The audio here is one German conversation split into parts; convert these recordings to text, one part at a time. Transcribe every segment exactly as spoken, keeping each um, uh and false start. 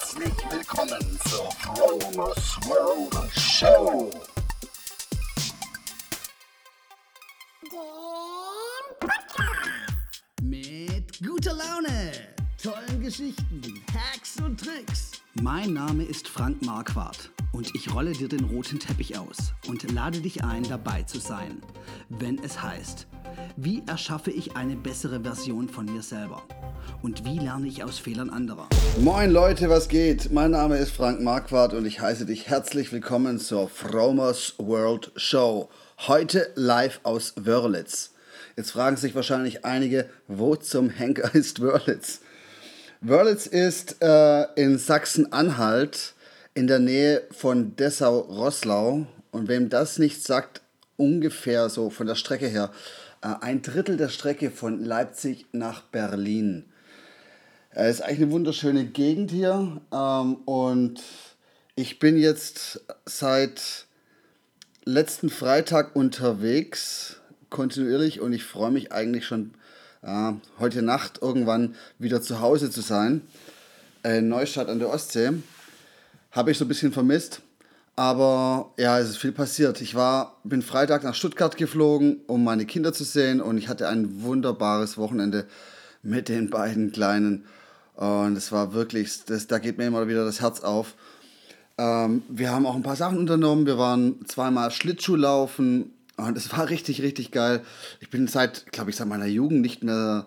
Herzlich willkommen zur Fromers World Show. Mit guter Laune, tollen Geschichten, Hacks und Tricks. Mein Name ist Frank Marquardt und ich rolle dir den roten Teppich aus und lade dich ein, dabei zu sein, wenn es heißt: Wie erschaffe ich eine bessere Version von mir selber? Und wie lerne ich aus Fehlern anderer? Moin Leute, was geht? Mein Name ist Frank Marquardt und ich heiße dich herzlich willkommen zur Fromers World Show. Heute live aus Wörlitz. Jetzt fragen sich wahrscheinlich einige, wo zum Henker ist Wörlitz? Wörlitz ist äh, in Sachsen-Anhalt in der Nähe von Dessau-Roßlau. Und wem das nicht sagt, ungefähr so von der Strecke her, äh, ein Drittel der Strecke von Leipzig nach Berlin. Es ist eigentlich eine wunderschöne Gegend hier ähm, und ich bin jetzt seit letzten Freitag unterwegs, kontinuierlich, und ich freue mich eigentlich schon äh, heute Nacht irgendwann wieder zu Hause zu sein. In Neustadt an der Ostsee habe ich so ein bisschen vermisst, aber ja, es ist viel passiert. Ich war, bin Freitag nach Stuttgart geflogen, um meine Kinder zu sehen, und ich hatte ein wunderbares Wochenende mit den beiden Kleinen. Und es war wirklich, das, da geht mir immer wieder das Herz auf. Ähm, wir haben auch ein paar Sachen unternommen. Wir waren zweimal Schlittschuhlaufen und es war richtig, richtig geil. Ich bin seit, glaube ich, seit meiner Jugend nicht mehr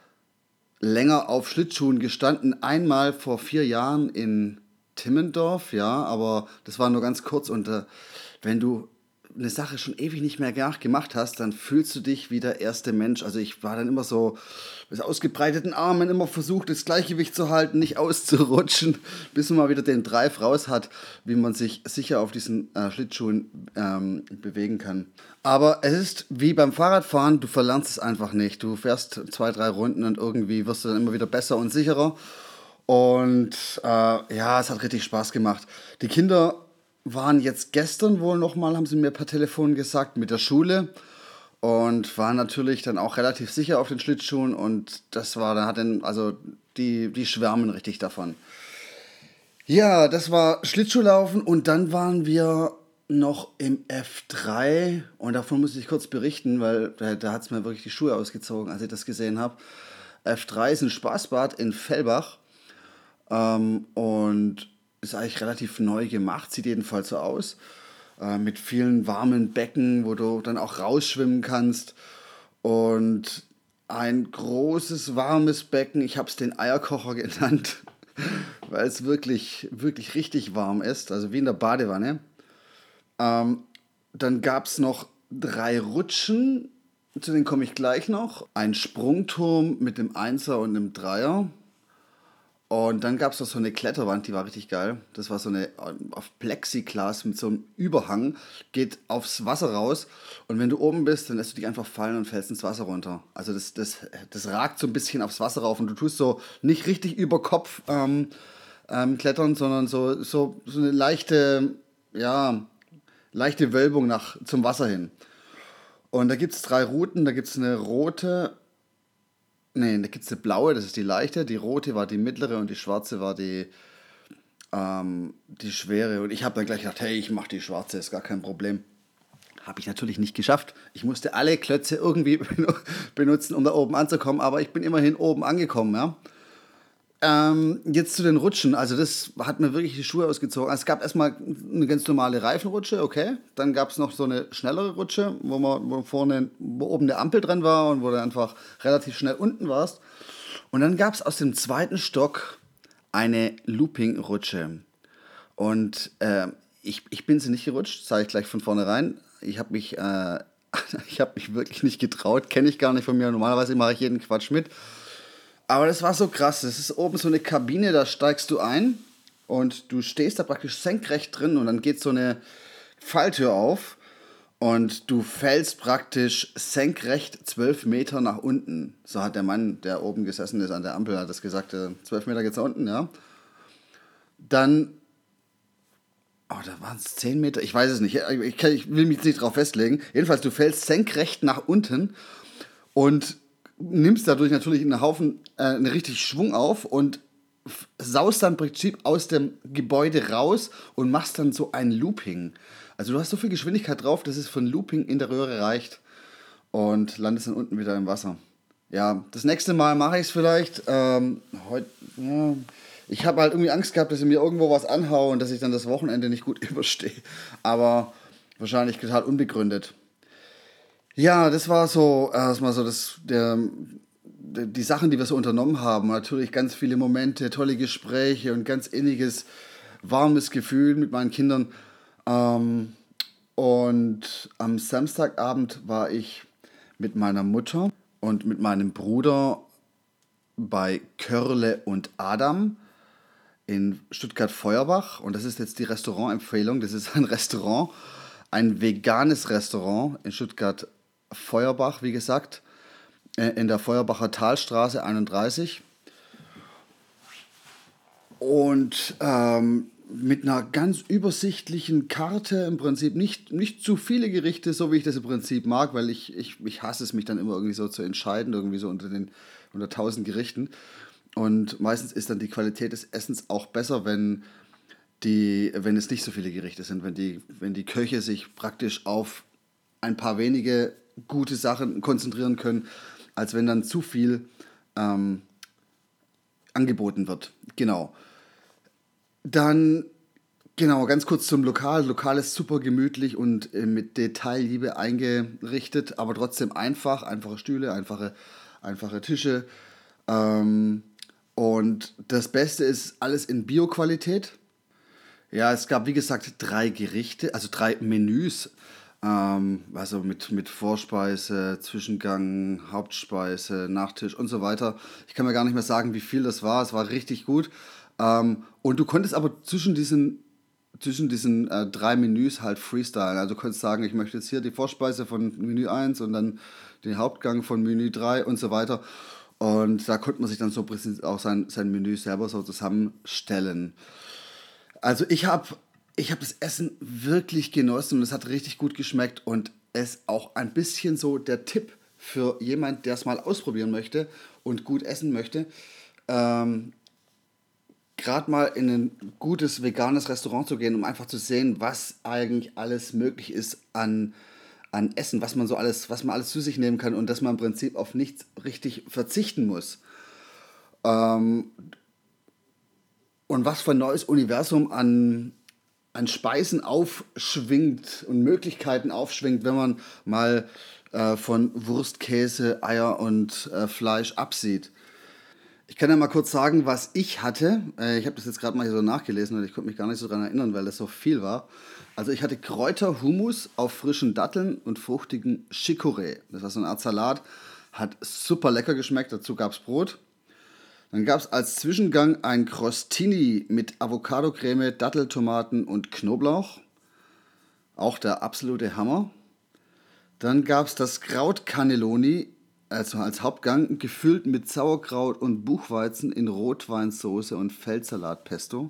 länger auf Schlittschuhen gestanden. Einmal vor vier Jahren in Timmendorf, ja, aber das war nur ganz kurz. Und äh, wenn du eine Sache schon ewig nicht mehr gemacht hast, dann fühlst du dich wie der erste Mensch. Also ich war dann immer so mit ausgebreiteten Armen immer versucht, das Gleichgewicht zu halten, nicht auszurutschen, bis man mal wieder den Drive raus hat, wie man sich sicher auf diesen äh, Schlittschuhen ähm, bewegen kann. Aber es ist wie beim Fahrradfahren, du verlernst es einfach nicht. Du fährst zwei, drei Runden und irgendwie wirst du dann immer wieder besser und sicherer. Und äh, ja, es hat richtig Spaß gemacht. Die Kinder waren jetzt gestern wohl nochmal, haben sie mir per Telefon gesagt, mit der Schule und waren natürlich dann auch relativ sicher auf den Schlittschuhen, und das war, da hat dann, also die, die schwärmen richtig davon. Ja, das war Schlittschuhlaufen, und dann waren wir noch im F drei, und davon muss ich kurz berichten, weil da, da hat es mir wirklich die Schuhe ausgezogen, als ich das gesehen habe. F drei ist ein Spaßbad in Fellbach ähm, und ist eigentlich relativ neu gemacht, sieht jedenfalls so aus, äh, mit vielen warmen Becken, wo du dann auch rausschwimmen kannst, und ein großes warmes Becken, ich habe es den Eierkocher genannt, weil es wirklich, wirklich richtig warm ist, also wie in der Badewanne. Ähm, dann gab es noch drei Rutschen, zu denen komme ich gleich noch, ein Sprungturm mit einem Einser und einem Dreier. Und dann gab es noch so eine Kletterwand, die war richtig geil. Das war so eine auf Plexiglas mit so einem Überhang, geht aufs Wasser raus. Und wenn du oben bist, dann lässt du dich einfach fallen und fällst ins Wasser runter. Also das, das, das ragt so ein bisschen aufs Wasser rauf, und du tust so nicht richtig über Kopf ähm, ähm, klettern, sondern so, so, so eine leichte, ja, leichte Wölbung nach, zum Wasser hin. Und da gibt es drei Routen. Da gibt es eine rote... Nee, da gibt es eine blaue, das ist die leichte, die rote war die mittlere und die schwarze war die, ähm, die schwere. Und ich habe dann gleich gedacht, hey, ich mache die schwarze, ist gar kein Problem. Habe ich natürlich nicht geschafft. Ich musste alle Klötze irgendwie benutzen, um da oben anzukommen, aber ich bin immerhin oben angekommen, ja. Ähm, jetzt zu den Rutschen, also das hat mir wirklich die Schuhe ausgezogen. Also es gab erstmal eine ganz normale Reifenrutsche, okay. Dann gab es noch so eine schnellere Rutsche, wo man wo vorne, wo oben eine Ampel dran war und wo du einfach relativ schnell unten warst. Und dann gab es aus dem zweiten Stock eine Looping-Rutsche. Und äh, ich, ich bin sie nicht gerutscht, sage ich gleich von vornherein. Ich habe mich, äh, ich hab mich wirklich nicht getraut, kenne ich gar nicht von mir. Normalerweise mache ich jeden Quatsch mit. Aber das war so krass. Das ist oben so eine Kabine, da steigst du ein und du stehst da praktisch senkrecht drin, und dann geht so eine Falltür auf und du fällst praktisch senkrecht zwölf Meter nach unten. So hat der Mann, der oben gesessen ist an der Ampel, hat das gesagt, zwölf Meter geht's nach unten, ja. Dann, oh, da waren es zehn Meter, ich weiß es nicht, ich, kann, ich will mich jetzt nicht drauf festlegen. Jedenfalls, du fällst senkrecht nach unten und nimmst dadurch natürlich einen Haufen, äh, einen richtig Schwung auf, und saust dann im Prinzip aus dem Gebäude raus und machst dann so ein Looping. Also du hast so viel Geschwindigkeit drauf, dass es von Looping in der Röhre reicht und landest dann unten wieder im Wasser. Ja, das nächste Mal mache ich es vielleicht. Ähm, heut, ja, ich habe halt irgendwie Angst gehabt, dass ich mir irgendwo was anhaue und dass ich dann das Wochenende nicht gut überstehe. Aber wahrscheinlich total unbegründet. Ja, das war so erstmal so das, der, der, die Sachen, die wir so unternommen haben. Natürlich ganz viele Momente, tolle Gespräche und ganz inniges, warmes Gefühl mit meinen Kindern. Ähm, und am Samstagabend war ich mit meiner Mutter und mit meinem Bruder bei Körle und Adam in Stuttgart-Feuerbach. Und das ist jetzt die Restaurantempfehlung. Das ist ein Restaurant, ein veganes Restaurant in Stuttgart-Feuerbach, wie gesagt, äh, in der Feuerbacher Talstraße einunddreißig. Und ähm, mit einer ganz übersichtlichen Karte, im Prinzip nicht, nicht zu viele Gerichte, so wie ich das im Prinzip mag, weil ich, ich, ich hasse es, mich dann immer irgendwie so zu entscheiden, irgendwie so unter den unter tausend Gerichten. Und meistens ist dann die Qualität des Essens auch besser, wenn, die, wenn es nicht so viele Gerichte sind, wenn die, wenn die Köche sich praktisch auf ein paar wenige gute Sachen konzentrieren können, als wenn dann zu viel ähm, angeboten wird. Genau. Dann, genau, ganz kurz zum Lokal. Lokal ist super gemütlich und äh, mit Detailliebe eingerichtet, aber trotzdem einfach. Einfache Stühle, einfache, einfache Tische. Ähm, und das Beste ist alles in Bio-Qualität. Ja, es gab, wie gesagt, drei Gerichte, also drei Menüs. Ähm, also mit, mit Vorspeise, Zwischengang, Hauptspeise, Nachtisch und so weiter. Ich kann mir gar nicht mehr sagen, wie viel das war. Es war richtig gut. Ähm, und du konntest aber zwischen diesen, zwischen diesen äh, drei Menüs halt freestylen. Also du konntest sagen, ich möchte jetzt hier die Vorspeise von Menü eins und dann den Hauptgang von Menü drei und so weiter. Und da konnte man sich dann so auch sein, sein Menü selber so zusammenstellen. Also ich habe ich hab das Essen wirklich genossen und es hat richtig gut geschmeckt und es auch ein bisschen so der Tipp für jemand, der es mal ausprobieren möchte und gut essen möchte. Ähm, Gerade mal in ein gutes veganes Restaurant zu gehen, um einfach zu sehen, was eigentlich alles möglich ist an, an Essen, was man so alles, was man alles zu sich nehmen kann und dass man im Prinzip auf nichts richtig verzichten muss. Ähm, und was für ein neues Universum an, an Speisen aufschwingt und Möglichkeiten aufschwingt, wenn man mal äh, von Wurst, Käse, Eier und äh, Fleisch absieht. Ich kann ja mal kurz sagen, was ich hatte. Äh, ich habe das jetzt gerade mal hier so nachgelesen und ich konnte mich gar nicht so daran erinnern, weil das so viel war. Also ich hatte Kräuterhumus auf frischen Datteln und fruchtigen Chicorée. Das war so eine Art Salat, hat super lecker geschmeckt, dazu gab es Brot. Dann gab es als Zwischengang ein Crostini mit Avocado-Creme, Datteltomaten und Knoblauch. Auch der absolute Hammer. Dann gab es das Kraut-Cannelloni, also als Hauptgang, gefüllt mit Sauerkraut und Buchweizen in Rotweinsoße und Feldsalatpesto.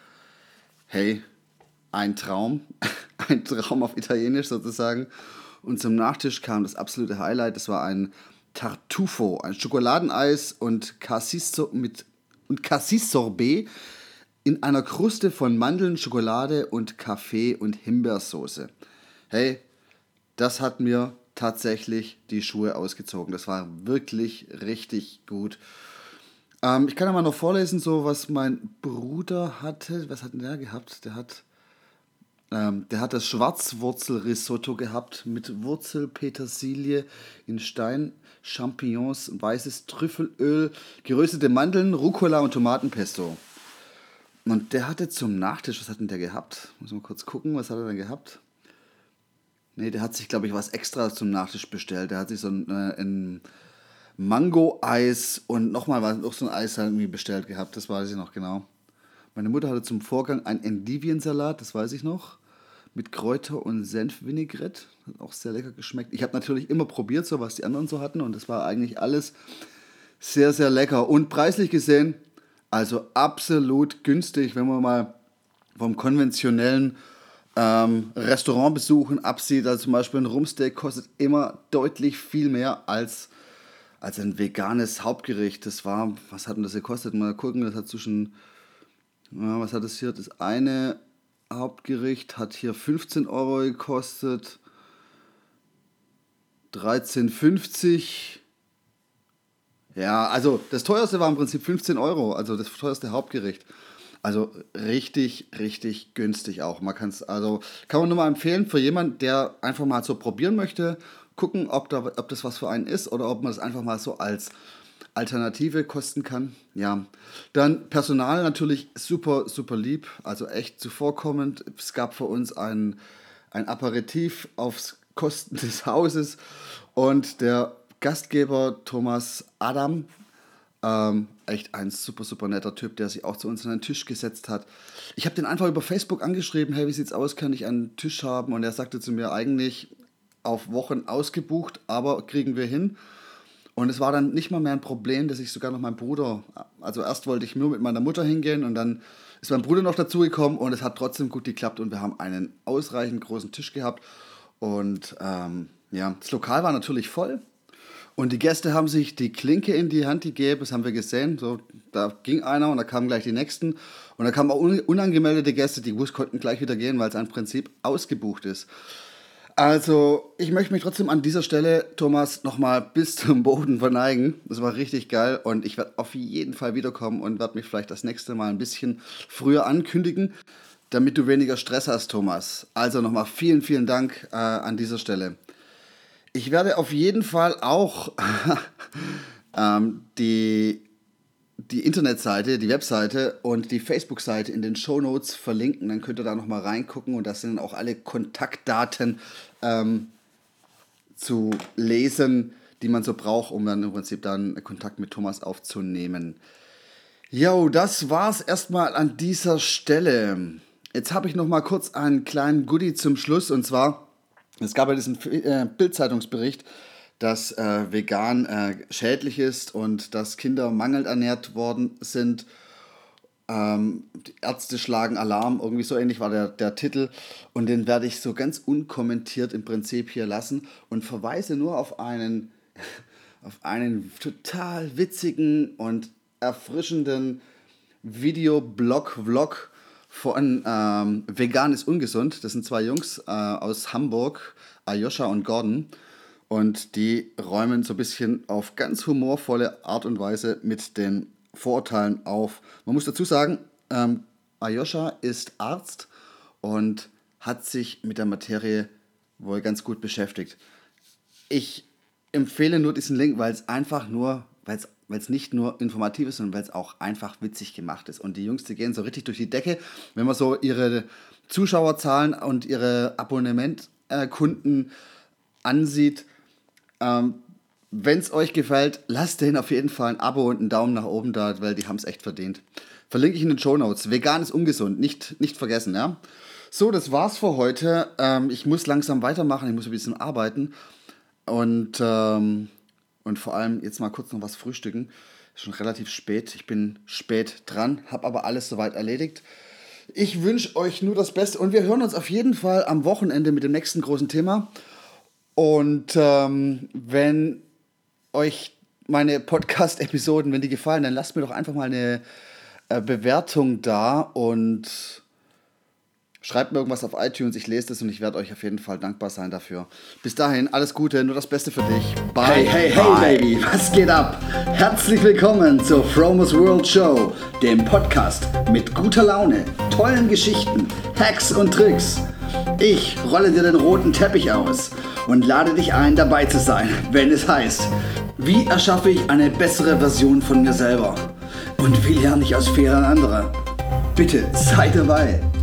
Hey, ein Traum. Ein Traum auf Italienisch sozusagen. Und zum Nachtisch kam das absolute Highlight. Das war ein Tartufo, ein Schokoladeneis und Cassis mit und Cassis-Sorbet in einer Kruste von Mandeln, Schokolade und Kaffee und Himbeersoße. Hey, das hat mir tatsächlich die Schuhe ausgezogen. Das war wirklich richtig gut. Ähm, ich kann ja mal noch vorlesen, so was mein Bruder hatte. Was hat denn der gehabt? Der hat, ähm, der hat das Schwarzwurzelrisotto gehabt mit Wurzel, Petersilie in Stein, Champignons, weißes Trüffelöl, geröstete Mandeln, Rucola und Tomatenpesto. Und der hatte zum Nachtisch, was hat denn der gehabt? Muss mal kurz gucken, was hat er denn gehabt? Nee, der hat sich, glaube ich, was extra zum Nachtisch bestellt. Der hat sich so ein, äh, ein Mango-Eis und nochmal was, noch so ein Eis irgendwie bestellt gehabt. Das weiß ich noch genau. Meine Mutter hatte zum Vorgang einen Endiviensalat, das weiß ich noch, mit Kräuter- und Senfvinaigrette. Hat auch sehr lecker geschmeckt. Ich habe natürlich immer probiert, so was die anderen so hatten. Und das war eigentlich alles sehr, sehr lecker. Und preislich gesehen, also absolut günstig, wenn man mal vom konventionellen ähm, Restaurantbesuchen absieht. Also zum Beispiel ein Rumpsteak kostet immer deutlich viel mehr als, als ein veganes Hauptgericht. Das war, was hat denn das gekostet? Mal gucken, das hat zwischen Ja, was hat es hier? Das eine Hauptgericht hat hier fünfzehn Euro gekostet. dreizehn fünfzig. Ja, also das teuerste war im Prinzip fünfzehn Euro, also das teuerste Hauptgericht. Also richtig, richtig günstig auch. Man kann es, also kann man nur mal empfehlen für jemanden, der einfach mal so probieren möchte, gucken, ob, da, ob das was für einen ist oder ob man das einfach mal so als Alternative kosten kann. Ja, dann Personal natürlich super, super lieb, also echt zuvorkommend. Es gab für uns ein, ein Aperitif aufs Kosten des Hauses und der Gastgeber Thomas Adam, ähm, echt ein super, super netter Typ, der sich auch zu uns an den Tisch gesetzt hat. Ich habe den einfach über Facebook angeschrieben, hey, wie sieht's aus, kann ich einen Tisch haben? Und er sagte zu mir, eigentlich auf Wochen ausgebucht, aber kriegen wir hin. Und es war dann nicht mal mehr ein Problem, dass ich sogar noch meinen Bruder, also erst wollte ich nur mit meiner Mutter hingehen und dann ist mein Bruder noch dazugekommen und es hat trotzdem gut geklappt und wir haben einen ausreichend großen Tisch gehabt. Und ähm, ja, das Lokal war natürlich voll. Und die Gäste haben sich die Klinke in die Hand gegeben, das haben wir gesehen. So, da ging einer und da kamen gleich die nächsten. Und da kamen auch unangemeldete Gäste, die konnten gleich wieder gehen, weil es im Prinzip ausgebucht ist. Also, ich möchte mich trotzdem an dieser Stelle, Thomas, nochmal bis zum Boden verneigen. Das war richtig geil und ich werde auf jeden Fall wiederkommen und werde mich vielleicht das nächste Mal ein bisschen früher ankündigen, damit du weniger Stress hast, Thomas. Also nochmal vielen, vielen Dank äh, an dieser Stelle. Ich werde auf jeden Fall auch ähm, die, die Internetseite, die Webseite und die Facebook-Seite in den Shownotes verlinken. Dann könnt ihr da nochmal reingucken und da sind auch alle Kontaktdaten ähm, zu lesen, die man so braucht, um dann im Prinzip dann Kontakt mit Thomas aufzunehmen. Jo, das war's erstmal an dieser Stelle. Jetzt habe ich nochmal kurz einen kleinen Goodie zum Schluss und zwar, es gab ja diesen äh, Bild-Zeitungsbericht, dass äh, vegan äh, schädlich ist und dass Kinder mangelnd ernährt worden sind. Ähm, die Ärzte schlagen Alarm, irgendwie so ähnlich war der, der Titel. Und den werde ich so ganz unkommentiert im Prinzip hier lassen und verweise nur auf einen, auf einen total witzigen und erfrischenden Videoblog-Vlog von ähm, Vegan ist ungesund. Das sind zwei Jungs äh, aus Hamburg, Aljoscha und Gordon. Und die räumen so ein bisschen auf ganz humorvolle Art und Weise mit den Vorurteilen auf. Man muss dazu sagen, ähm, Aljoscha ist Arzt und hat sich mit der Materie wohl ganz gut beschäftigt. Ich empfehle nur diesen Link, weil es einfach nur, weil es weil es nicht nur informativ ist, sondern weil es auch einfach witzig gemacht ist. Und die Jungs, die gehen so richtig durch die Decke. Wenn man so ihre Zuschauerzahlen und ihre Abonnementkunden ansieht, ähm, wenn es euch gefällt, lasst denen auf jeden Fall ein Abo und einen Daumen nach oben da, weil die haben es echt verdient. Verlinke ich in den Shownotes. Vegan ist ungesund, nicht, nicht vergessen, ja? So, das war's für heute. Ähm, ich muss langsam weitermachen, ich muss ein bisschen arbeiten. Und... Ähm, Und vor allem jetzt mal kurz noch was frühstücken. Ist schon relativ spät. Ich bin spät dran, habe aber alles soweit erledigt. Ich wünsche euch nur das Beste und wir hören uns auf jeden Fall am Wochenende mit dem nächsten großen Thema. Und ähm, wenn euch meine Podcast-Episoden, wenn die gefallen, dann lasst mir doch einfach mal eine äh, Bewertung da und schreibt mir irgendwas auf iTunes, ich lese das und ich werde euch auf jeden Fall dankbar sein dafür. Bis dahin, alles Gute, nur das Beste für dich. Bye. Hey, hey, hey, Bye. Baby, was geht ab? Herzlich willkommen zur Fromos World Show, dem Podcast mit guter Laune, tollen Geschichten, Hacks und Tricks. Ich rolle dir den roten Teppich aus und lade dich ein, dabei zu sein, wenn es heißt, wie erschaffe ich eine bessere Version von mir selber? Und wie lerne ich aus Fehlern anderer? Bitte, sei dabei.